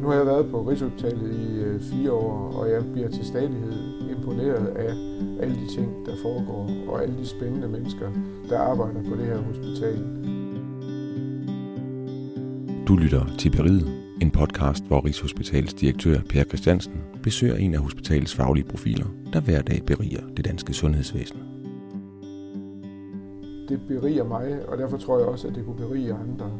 har jeg været på Rigshospitalet i 4 år, og jeg bliver til stadighed imponeret af alle de ting, der foregår, og alle de spændende mennesker, der arbejder på det her hospital. Du lytter til Beriget, en podcast, hvor Rigshospitalets direktør Per Christiansen besøger en af hospitalets faglige profiler, der hver dag beriger det danske sundhedsvæsen. Det beriger mig, og derfor tror jeg også, at det kunne berige andre.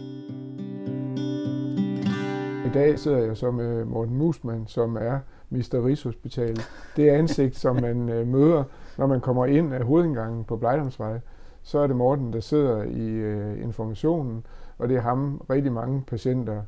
I dag sidder jeg så med Morten Musmann, som er Mr. Rigshospital. Det ansigt, som man møder, når man kommer ind af hovedindgangen på Blejdomsvej, så er det Morten, der sidder i informationen, og det er ham, rigtig mange patienter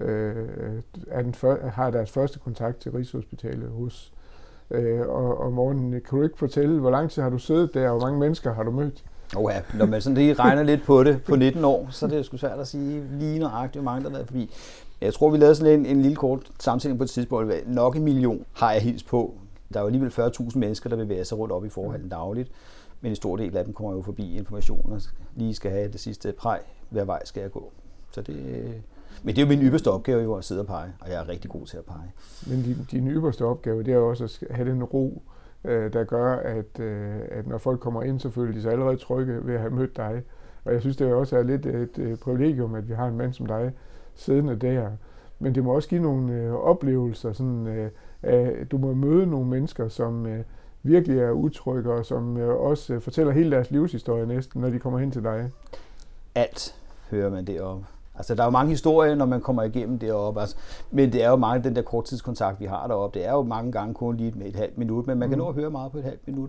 har deres første kontakt til Rigshospitalet hos. Og Morten, kan du ikke fortælle, hvor lang tid har du siddet der, og hvor mange mennesker har du mødt? Ja, når man sådan lige regner lidt på det på 19 år, så er det sgu svært at sige lige nøjagtigt, hvor mange der har været forbi. Jeg tror, vi lavede sådan en lille kort samtælling på et tidspunkt. Nok 1 million har jeg hils på. Der er jo alligevel 40.000 mennesker, der bevæger sig rundt op i forhallen dagligt. Men en stor del af dem kommer jo forbi informationer. Lige skal have det sidste præg. Hver vej skal jeg gå. Så men det er jo min ypperste opgave jo at sidde og pege, og jeg er rigtig god til at pege. Men din ypperste opgave, det er jo også at have den ro, der gør, at når folk kommer ind, så føler de sig allerede trygge ved at have mødt dig. Og jeg synes, det også er lidt et privilegium, at vi har en mand som dig siddende der. Men det må også give nogle oplevelser, sådan, at du må møde nogle mennesker, som virkelig er utrygge, og som også fortæller hele deres livshistorie næsten, når de kommer hen til dig. Alt hører man deroppe. Altså, der er jo mange historier, når man kommer igennem deroppe, altså, men det er jo mange den der korttidskontakt, vi har deroppe. Det er jo mange gange kun lige med et halvt minut, men man kan nå at høre meget på et halvt minut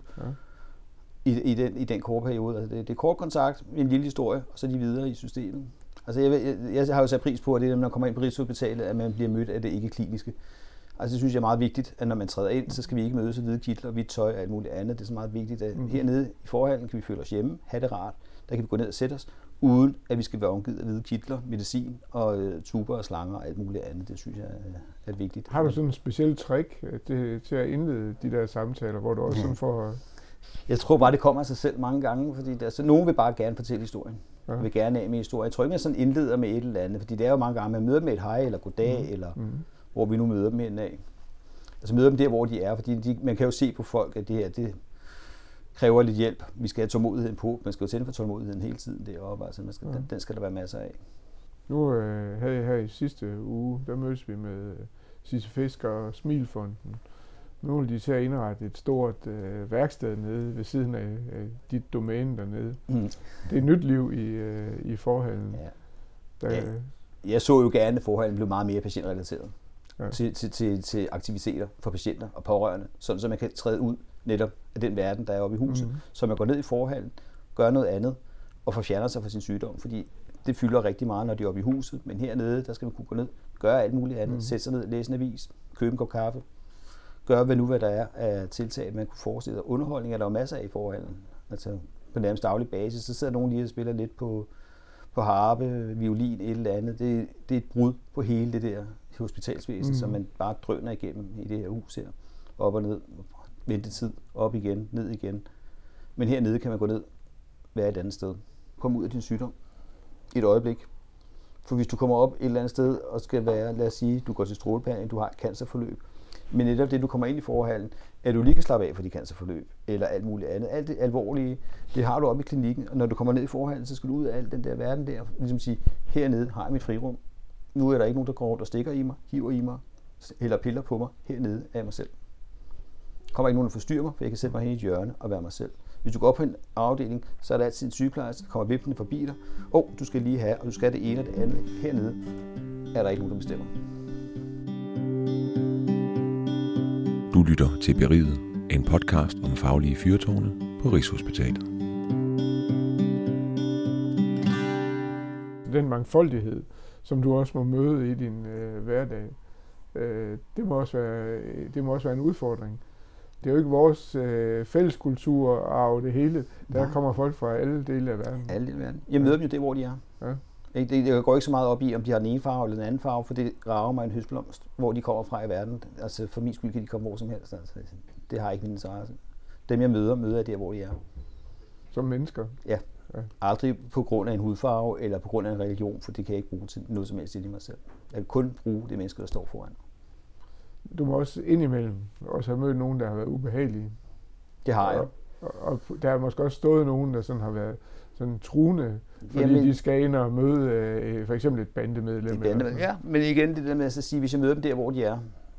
i den korte periode. Altså, det er kort kontakt, en lille historie, og så de videre i systemet. Altså, jeg har jo sat pris på, at det, når man kommer ind på Rigshospitalet, at man bliver mødt af det ikke-kliniske. Altså, det synes jeg er meget vigtigt, at når man træder ind, så skal vi ikke mødes af hvide kitler, hvidt tøj og alt muligt andet. Det er så meget vigtigt, at hernede i forhallen kan vi føle os hjemme, have det rart. Der kan vi gå ned og sætte os, uden at vi skal være omgivet af hvide kitler, medicin og tuber og slanger og alt muligt andet. Det synes jeg er vigtigt. Har du sådan en speciel trick til at indlede de der samtaler, hvor du også sådan får... Jeg tror bare, det kommer af sig selv mange gange, fordi nogen vil bare gerne fortælle historien. Ja. Vil gerne af med historien. Jeg tror ikke, man sådan indleder med et eller andet, fordi det er jo mange gange, man møder dem med et hej eller goddag, eller hvor vi nu møder dem hen af. Altså møder dem der, hvor de er, fordi man kan jo se på folk, at det her, det kræver lidt hjælp. Vi skal have tålmodigheden på. Man skal jo tænde for tålmodigheden hele tiden deroppe. Altså den skal der være masser af. Nu havde jeg her i sidste uge, der mødtes vi med Sisse Fisker og Smilfonden. Nu vil de til at indrette et stort værksted nede ved siden af dit domæne dernede. Det er nyt liv i forhallen. Ja. Jeg så jo gerne, at forhallen blev meget mere patientrelateret til aktiviteter for patienter og pårørende, sådan så man kan træde ud netop af den verden, der er oppe i huset. Så man går ned i forhallen, gør noget andet og forfjerner sig fra sin sygdom, fordi det fylder rigtig meget, når de er oppe i huset. Men hernede, der skal man kunne gå ned, gøre alt muligt andet, sætte sig ned, læse en avis, købe en kop kaffe, gøre hvad der er af tiltag, man kunne forestille sig. Underholdning er der jo masser af i forhallen. Altså på nærmest daglig basis, så sidder nogen lige og spiller lidt på harpe, violin, et eller andet. Det er et brud på hele det der hospitalsvæsen, som man bare drøner igennem i det her hus her. Op og ned, ventetid, op igen, ned igen. Men hernede kan man gå ned, være et andet sted. Kom ud af din sygdom. Et øjeblik. For hvis du kommer op et eller andet sted og skal være, lad os sige, du går til strålebehandling, du har et cancerforløb, men netop det, du kommer ind i forhallen, at du lige kan slappe af for dit cancerforløb, eller alt muligt andet. Alt det alvorlige, det har du oppe i klinikken, og når du kommer ned i forhallen, så skal du ud af al den der verden der, ligesom sige, hernede har jeg mit frirum. Nu er der ikke nogen, der går rundt og stikker i mig, hiver i mig, eller piller på mig. Hernede er jeg mig selv. Kommer ikke nogen, der forstyrrer mig, for jeg kan sætte mig hen i et hjørne og være mig selv. Hvis du går op på en afdeling, så er der altid en sygeplejerske, der kommer vippende forbi dig. Du skal lige have, og du skal det ene og det andet. Hernede er der ikke nogen, der bestemmer. Du lytter til Beriget, en podcast om faglige fyrtårne på Rigshospitalet. Den mangfoldighed, som du også må møde i din hverdag, det må også være en udfordring. Det er jo ikke vores fælleskulturarv det hele. Der kommer folk fra alle dele af verden. Alle dele af verden. Jeg møder dem jo det, hvor de er. Ja. Jeg går ikke så meget op i, om de har den ene farve eller den anden farve, for det rager mig en høstblomst, hvor de kommer fra i verden. Altså for min skyld kan de komme hvor som helst. Altså, det har ikke min interesse. Dem jeg møder jeg der, hvor de er. Som mennesker? Ja. Ja. Aldrig på grund af en hudfarve eller på grund af en religion, for det kan jeg ikke bruge til noget som helst i mig selv. Jeg kan kun bruge det menneske, der står foran. Du må også indimellem også have mødt nogen, der har været ubehagelige. Det har jeg. Og der har måske også stået nogen, der sådan har været sådan truende, fordi de skal ind og møde for eksempel et bandemedlem. Ja, men igen det der med at sige, hvis jeg møder dem der, hvor de er,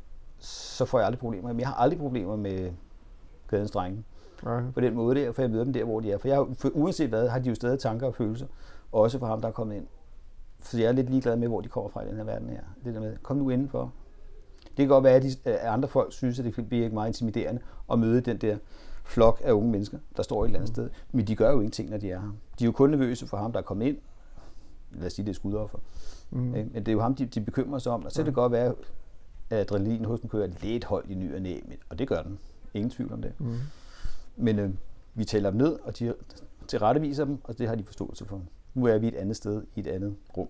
så får jeg aldrig problemer. Men jeg har aldrig problemer med gadens drenge. På den måde der, for jeg møder dem der, hvor de er. For uanset hvad, har de jo stadig tanker og følelser, også for ham, der er kommet ind. Så jeg er lidt ligeglad med, hvor de kommer fra i den her verden her. Det der med, kom nu indenfor. Det kan godt være, at andre folk synes, at det bliver ikke meget intimiderende at møde den der flok af unge mennesker, der står et eller andet sted. Men de gør jo ingenting, når de er her. De er jo kun nervøse for ham, der er kommet ind. Lad os sige, det er skudoffer. Men det er jo ham, de bekymrer sig om. Og så kan det godt være, at adrenalin hos dem kører lidt højt i ny og næ, og det gør den. Ingen tvivl om det. Men vi tæller dem ned, og de tilretteviser dem, og det har de forståelse for. Nu er vi et andet sted, i et andet rum.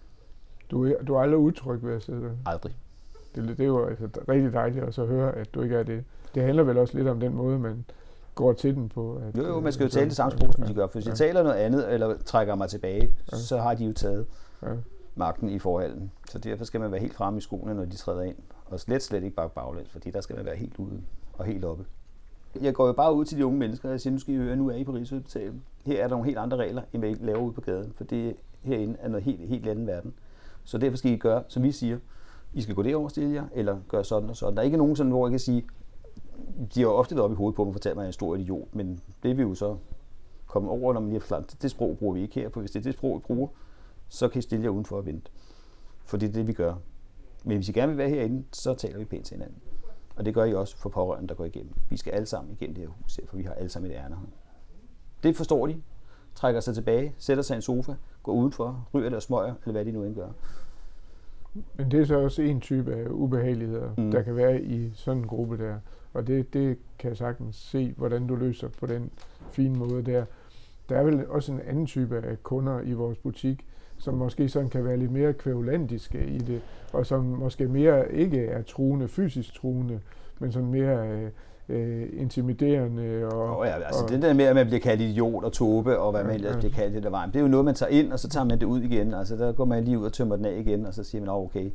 Du er aldrig utryg ved at sidde der? Aldrig. Det er jo altså rigtig dejligt også at høre, at du ikke er det. Det handler vel også lidt om den måde, man går til den på. At, jo, man skal jo tale det samme sprog, som de gør. For hvis jeg taler noget andet, eller trækker mig tilbage, så har de jo taget magten i forholden. Så derfor skal man være helt fremme i skoene, når de træder ind. Og slet ikke bare baglæns, fordi der skal man være helt ude og helt oppe. Jeg går jo bare ud til de unge mennesker, og jeg siger, nu skal I høre, nu er I på Rigshospitalet. Her er der nogle helt andre regler, end hvad I laver ude på gaden, for det herinde er noget helt anden verden. Så derfor skal I gøre, som vi siger, I skal gå derover, stille jer, eller gøre sådan og sådan. Der er ikke nogen sådan, hvor jeg kan sige, de har jo ofte været oppe i hovedet på mig og fortalt mig, at jeg er en stor idiot, men det vil jo så komme over, når man lige har forklaret, det sprog bruger vi ikke her, for hvis det er det sprog, vi bruger, så kan I stille jer udenfor og vente. For det er det, vi gør. Men hvis I gerne vil være herinde, så taler vi pænt til hinanden. Og det gør I også for pårørende, der går igennem. Vi skal alle sammen igennem det her hus her, for vi har alle sammen et ærne her. Det forstår de, trækker sig tilbage, sætter sig i en sofa, går udenfor, ryger eller smøger, eller hvad de nu end gør. Men det er så også en type af ubehageligheder, der kan være i sådan en gruppe der. Og det kan jeg sagtens se, hvordan du løser på den fine måde der. Der er vel også en anden type af kunder i vores butik, som måske sådan kan være lidt mere kvævlandiske i det, og som måske mere ikke er truende, fysisk truende, men sådan mere intimiderende. Altså det der med, at man bliver kaldt idiot og tåbe, og hvad man ellers bliver kaldt i det vejen, det er jo noget, man tager ind, og så tager man det ud igen. Altså der går man lige ud og tømmer den af igen, og så siger man, okay,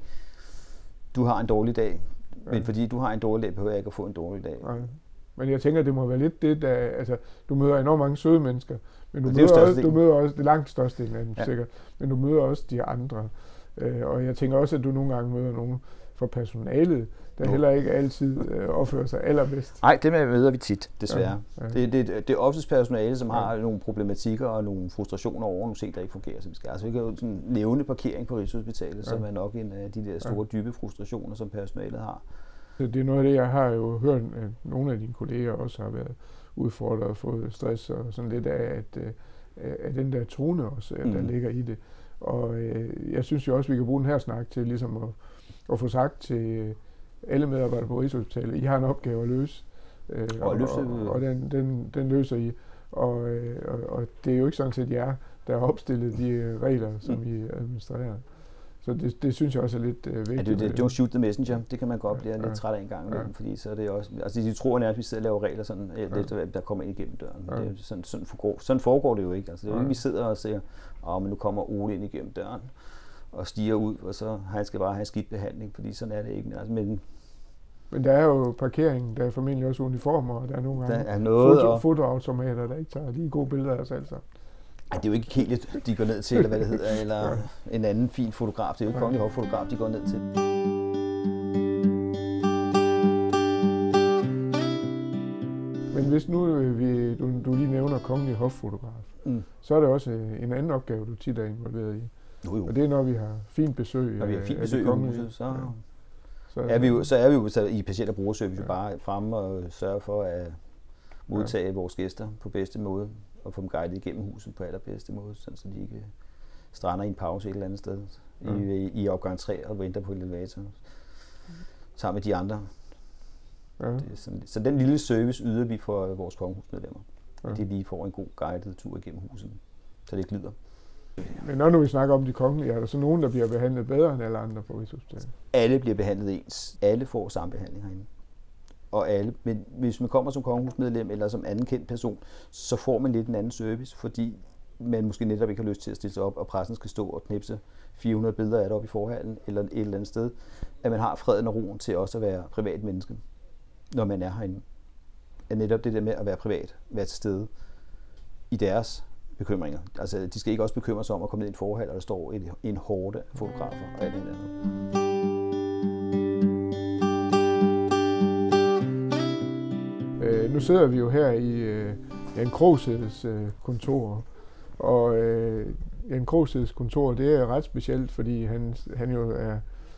du har en dårlig dag, men fordi du har en dårlig dag, behøver jeg ikke at få en dårlig dag. Ja. Men jeg tænker, det må være lidt det, der, altså, du møder enormt mange søde mennesker, men du møder også det langt største af dem, sikkert, men du møder også de andre. Og jeg tænker også, at du nogle gange møder nogen fra personalet, der heller ikke altid opfører sig allerbedst. Nej, det møder vi tit, desværre. Ja. Det er oftest personale, som har nogle problematikker og nogle frustrationer over nogle ting, der ikke fungerer, som skal. Altså vi kan jo sådan nævne parkering på Rigshospitalet, som er nok en af de der store, dybe frustrationer, som personalet har. Det er noget af det, jeg har jo hørt, at nogle af dine kolleger også har været udfordret og fået stress og sådan lidt af, at den der tone også, der ligger i det. Og jeg synes jo også, at vi kan bruge den her snak til ligesom at få sagt til alle medarbejdere på Rigshospitalet, I har en opgave at løse. Og den løser I. Og det er jo ikke sådan set jer, der har opstillet de regler, som I administrerer. Så det synes jeg også er lidt vigtigt. Don't shoot the messenger, det kan man godt blive lidt træt af en gang, fordi så er det også, altså de tror nærmest, at vi sidder og laver regler sådan, der kommer ind igennem døren. Det er sådan foregår det jo ikke. Altså det er jo ikke, vi sidder og siger, men nu kommer Ole ind igennem døren og stiger ud, og så han skal bare have skidt behandling, fordi sådan er det ikke. Altså, men der er jo parkering, der er formentlig også uniformer, og der er nogle gange fotoautomater, der ikke tager lige gode billeder af os alle sammen. Ej, det er jo ikke helt, de går ned til, eller hvad det hedder, eller en anden fin fotograf. Det er jo ikke kongelig hoffotograf, de går ned til. Men hvis nu du lige nævner kongelig hoffotograf, så er det også en anden opgave, du tit er involveret i. Jo. Og det er, når vi har fint besøg. Når vi har fint besøg i huset, så er vi jo i patient- og brugerservice bare fremme og sørge for at modtage vores gæster på bedste måde og få dem guidet igennem huset på allerbedste måde, sådan så de ikke strander i en pause et eller andet sted i opgang 3 og venter på en elevator sammen med de andre. Ja. Så den lille service yder vi for vores kongehusmedlemmer, at de lige får en god guided tur igennem huset, så det glider. Men når nu vi snakker om de kongelige, er der så nogen, der bliver behandlet bedre end alle andre på Rigshospitalet? Alle bliver behandlet ens. Alle får samme behandling herinde. Og alle. Men hvis man kommer som kongehusmedlem eller som anden kendt person, så får man lidt en anden service, fordi man måske netop ikke har lyst til at stille sig op, og pressen skal stå og knipse 400 billeder af det op i forhallen, eller et eller andet sted, at man har freden og roen til også at være privat menneske, når man er herinde. At netop det der med at være privat, være til stede i deres bekymringer. Altså, de skal ikke også bekymre sig om at komme ned i en forhal, og der står en horde fotografer og alt det andet. Nu sidder vi jo her i Jan Krogsædes kontor, og Jan Krogsædes kontor, det er ret specielt, fordi han jo er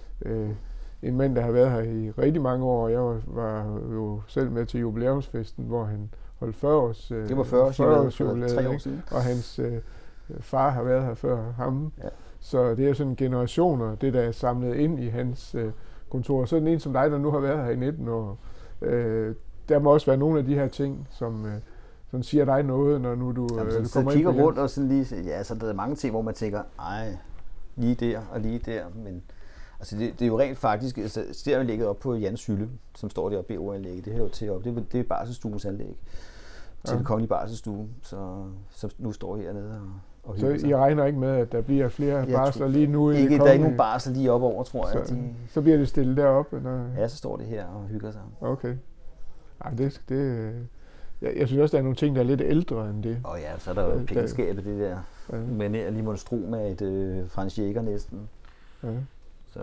en mand, der har været her i rigtig mange år. Jeg var jo selv med til jubilæumsfesten, hvor han holdt 40 års det var 40 års jubilæum, 3 år siden. Og hans far har været her før ham. Ja. Så det er sådan generationer, det der er samlet ind i hans kontor. Sådan en som dig, der nu har været her i 19 år, der må også være nogle af de her ting, som siger dig noget, når nu du kommer ind. Så kigger rundt og sådan lige, ja, så der er mange ting, hvor man tænker, ej, lige der og lige der, men altså det er jo rent faktisk, altså stereoanlægget op på Jans hylde, som står der oppe i BO-anlægget, det her jo til op, det er barselsstuens anlæg til den kongelige barselsstue, så nu står hernede og hygger sig. Så I regner ikke med, at der bliver flere barsler lige nu i ikke, der er ikke nogen barsler lige op over, tror jeg. Så bliver det stillet deroppe? Eller? Ja, så står det her og hygger sig. Okay. Ej, jeg synes også, der er nogle ting, der er lidt ældre end det. Ja, så er der jo pengeskabet, det der. Men lige monstrum af et Frans Jäger næsten. Ja. Så.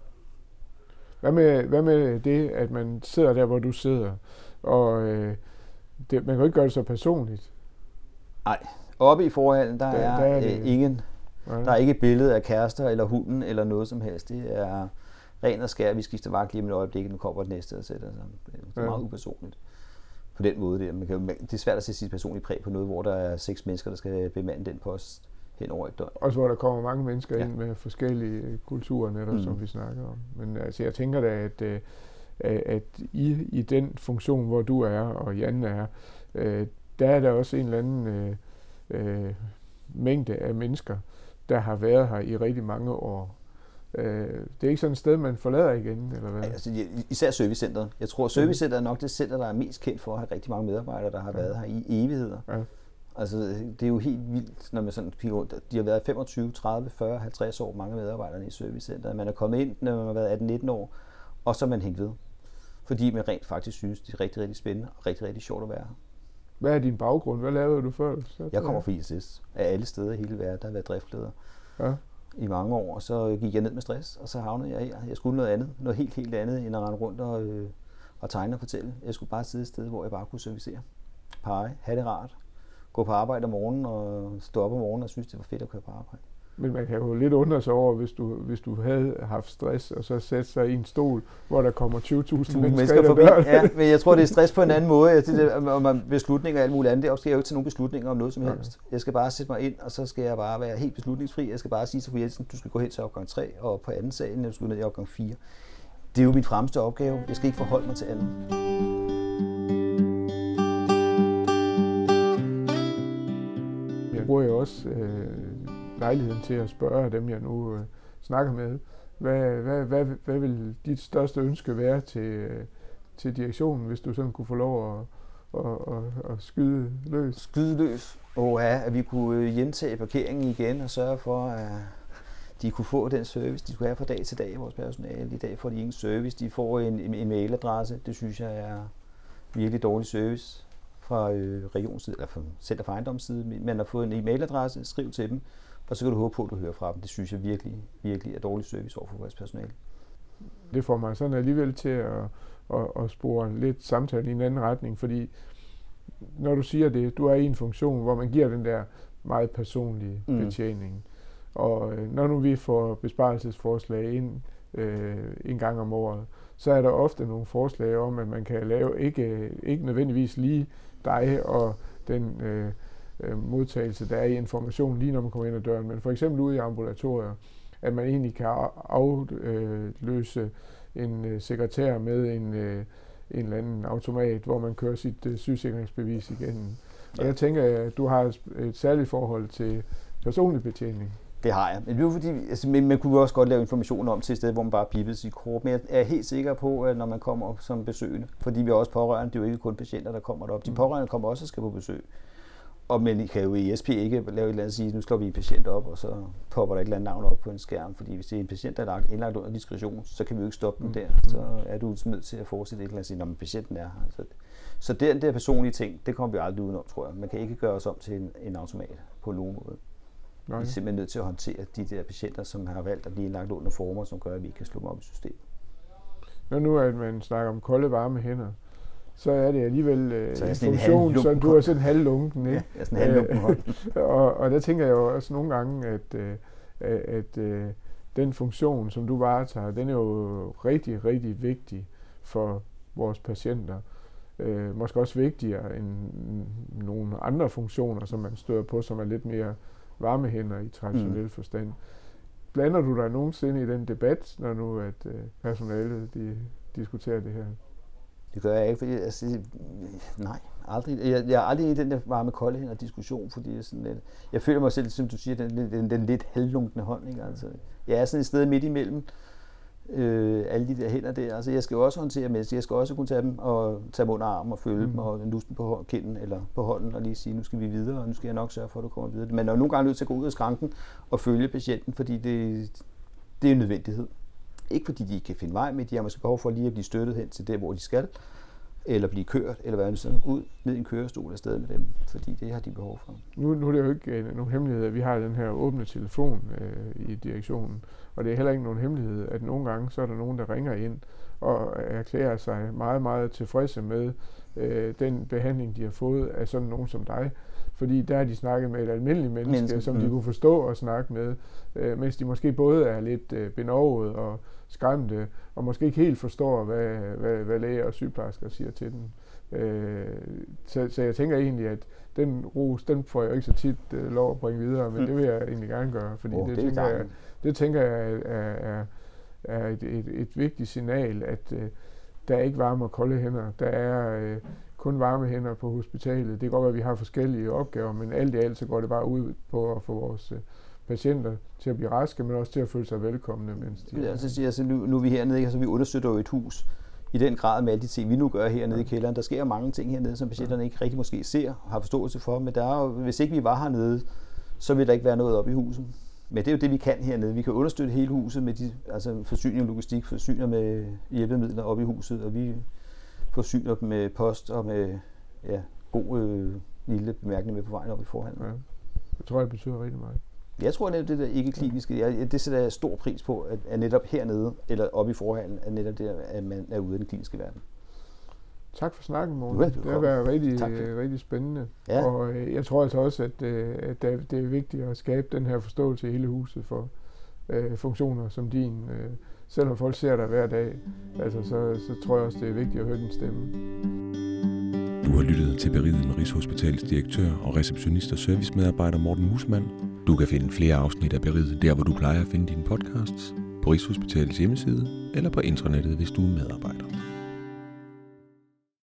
Hvad med det, at man sidder der, hvor du sidder, og man kan jo ikke gøre det så personligt? Nej, oppe i forhallen, der er ingen. Ja. Der er ikke et billede af kærester eller hunden eller noget som helst. Det er ren og skær. Vi skifter vagt lige om et øjeblik, nu kommer det næste og sætter sig. Det er meget upersonligt. På den måde der. Det er svært at sætte sit personlige præg på noget, hvor der er 6 mennesker, der skal bemande den post hen over et døgn. Også hvor der kommer mange mennesker ind med forskellige kulturer netop, som vi snakker om. Men altså, jeg tænker da, at i den funktion, hvor du er, og Jan er, der er der også en eller anden mængde af mennesker, der har været her i rigtig mange år. Det er ikke sådan et sted, man forlader igen, eller hvad? Altså, især servicecenteret. Jeg tror, servicecenteret er nok det center, der er mest kendt for at have rigtig mange medarbejdere, der har været her i evigheder. Ja. Altså, det er jo helt vildt, når man sådan kigger rundt. De har været 25, 30, 40, 50 år, mange medarbejdere i servicecenteret. Man er kommet ind, når man har været 18-19 år, og så er man hængt ved. Fordi man rent faktisk synes, det er rigtig, rigtig spændende og rigtig, rigtig sjovt at være her. Hvad er din baggrund? Hvad lavede du før? Jeg kommer fra ISS. Af alle steder i hele verden, der har været driftleder. Ja. I mange år, og så gik jeg ned med stress, og så havnede jeg her. Jeg skulle noget andet, noget helt andet, end at rende rundt og tegne og fortælle. Jeg skulle bare sidde et sted, hvor jeg bare kunne servicere, pege, have det rart, gå på arbejde om morgenen og stå op om morgenen og synes, det var fedt at køre på arbejde. Men man kan jo lidt undre sig over, hvis du havde haft stress, og så sætte sig i en stol, hvor der kommer 20.000 mennesker forbi. Ja, men jeg tror, det er stress på en anden måde. Om beslutninger og alt muligt andet, det skal jeg jo ikke tage nogen beslutninger om noget som helst. Jeg skal bare sætte mig ind, og så skal jeg bare være helt beslutningsfri. Jeg skal bare sige til fru Jensen, du skal gå hen til opgang 3, og på anden salen, du skal ned i opgang 4. Det er jo min fremmeste opgave. Jeg skal ikke forholde mig til andet. Jeg bruger jo også lejligheden til at spørge dem, jeg nu snakker med. Hvad vil dit største ønske være til direktionen, hvis du sådan kunne få lov at skyde løs? Skyde løs? At vi kunne hjemtage parkeringen igen og sørge for, at de kunne få den service, de skulle have fra dag til dag, vores personale. I dag får de ingen service, de får en mailadresse. Det synes jeg er virkelig dårlig service fra regionsside, eller fra Center for Ejendomsside. Man har fået en e-mailadresse, skriv til dem, og så kan du håbe på, at du hører fra dem. Det synes jeg virkelig, virkelig er dårlig service over for vores personale. Det får mig sådan alligevel til at spore lidt samtale i en anden retning, fordi når du siger det, du er i en funktion, hvor man giver den der meget personlige betjening. Og når nu vi får besparelsesforslag ind en gang om året, så er der ofte nogle forslag om, at man kan lave ikke nødvendigvis lige dig og den modtagelse, der er i information lige når man kommer ind ad døren, men for eksempel ude i ambulatorier, at man egentlig kan afløse en sekretær med en eller anden automat, hvor man kører sit sygesikringsbevis igennem. Og jeg tænker, at du har et særligt forhold til personlig betjening. Det har jeg. Men det er fordi, altså, man kunne også godt lave information om til et sted, hvor man bare pippede sit kort. Men jeg er helt sikker på, at når man kommer op som besøgende, fordi vi er også pårørende, det er jo ikke kun patienter, der kommer derop. De pårørende kommer også og skal på besøg. Og men kan jo i ESP ikke lave et eller andet sige, nu slår vi en patient op, og så popper der et eller andet navn op på en skærm. Fordi hvis det er en patient, der er indlagt under diskretion, så kan vi jo ikke stoppe den der. Så er du nødt til at fortsætte et eller andet sige, når patienten er her. Så den der personlige ting, det kommer vi aldrig udenom, tror jeg. Man kan ikke gøre os om til en automat på nogen måde. Vi er simpelthen nødt til at håndtere de der patienter, som har valgt at blive indlagt under former, som gør, at vi ikke kan slå dem op i systemet. Når nu at man snakker om kolde, varme hænder, så er det alligevel en funktion, så du er sådan halvlunken, ikke? Ja, sådan en halvlunken hånd. og der tænker jeg jo også nogle gange, at den funktion, som du varetager, den er jo rigtig, rigtig vigtig for vores patienter. Måske også vigtigere end nogle andre funktioner, som man støder på, som er lidt mere varme hænder i traditionel forstand. Blander du dig nogensinde i den debat, når nu at personalet diskuterer det her? Det gør jeg ikke, fordi nej, aldrig. Jeg er aldrig i den der varme kolde hænder diskussion, fordi jeg føler mig selv, som du siger, den lidt halvlunkne hånd, ikke? Altså, jeg er sådan et sted midt imellem alle de der hænder der. Altså, jeg skal jo også håndtere mennesker. Jeg skal også kunne tage dem og tage dem under armen og føle dem og nusse dem på kinden eller på hånden og lige sige, nu skal vi videre, og nu skal jeg nok sørge for, at du kommer videre. Men jeg er nogle gange nødt til at gå ud af skranken og følge patienten, fordi det er en nødvendighed. Ikke fordi de ikke kan finde vej, men de har måske behov for lige at blive støttet hen til der, hvor de skal, eller blive kørt, eller hvad sådan ud ned i en kørestol afsted med dem, fordi det har de behov for. Nu er det jo ikke nogen hemmelighed, at vi har den her åbne telefon i direktionen, og det er heller ikke nogen hemmelighed, at nogle gange så er der nogen, der ringer ind og erklærer sig meget, meget tilfredse med den behandling, de har fået af sådan nogen som dig. Fordi der har de snakket med et almindeligt menneske, som de kunne forstå og snakke med, mens de måske både er lidt benovet og skræmte, og måske ikke helt forstår, hvad læger og sygeplejersker siger til dem. Så jeg tænker egentlig, at den ros, den får jeg ikke så tit lov at bringe videre, men det vil jeg egentlig gerne gøre, fordi det tænker jeg er et vigtigt signal, at der er ikke varme og kolde hænder. Der er kun varme hænder på hospitalet. Det kan godt være, at vi har forskellige opgaver, men alt i alt så går det bare ud på at få vores patienter til at blive raske, men også til at føle sig velkomne. Mens de nu er vi hernede, altså vi understøtter jo et hus i den grad med alle de ting, vi nu gør hernede i kælderen. Der sker mange ting hernede, som patienterne ikke rigtig måske ser og har forståelse for, men der er jo, hvis ikke vi var hernede, så vil der ikke være noget oppe i huset. Men det er jo det, vi kan hernede. Vi kan understøtte hele huset med forsyning og logistik, forsyner med hjælpemidler oppe i huset, og vi forsyner dem med post og med god lille bemærkning med på vejen op i forhånd. Ja. Jeg tror, det betyder rigtig meget. Jeg tror, at det der ikke-kliniske, det sætter jeg stor pris på, at netop hernede, eller oppe i forhanden, at netop det, at man er ude af den kliniske verden. Tak for snakken, Morten. Det har været rigtig spændende. Ja. Og jeg tror altså også, at det er vigtigt at skabe den her forståelse i hele huset for funktioner som din. Selvom folk ser dig hver dag, altså, så tror jeg også, det er vigtigt at høre din stemme. Du har lyttet til Beriget med Rigshospitalets direktør og receptionist og servicemedarbejder Morten Muusmann. Du kan finde flere afsnit af Beriget der, hvor du plejer at finde dine podcasts, på Rigshospitalets hjemmeside eller på intranettet, hvis du er medarbejder.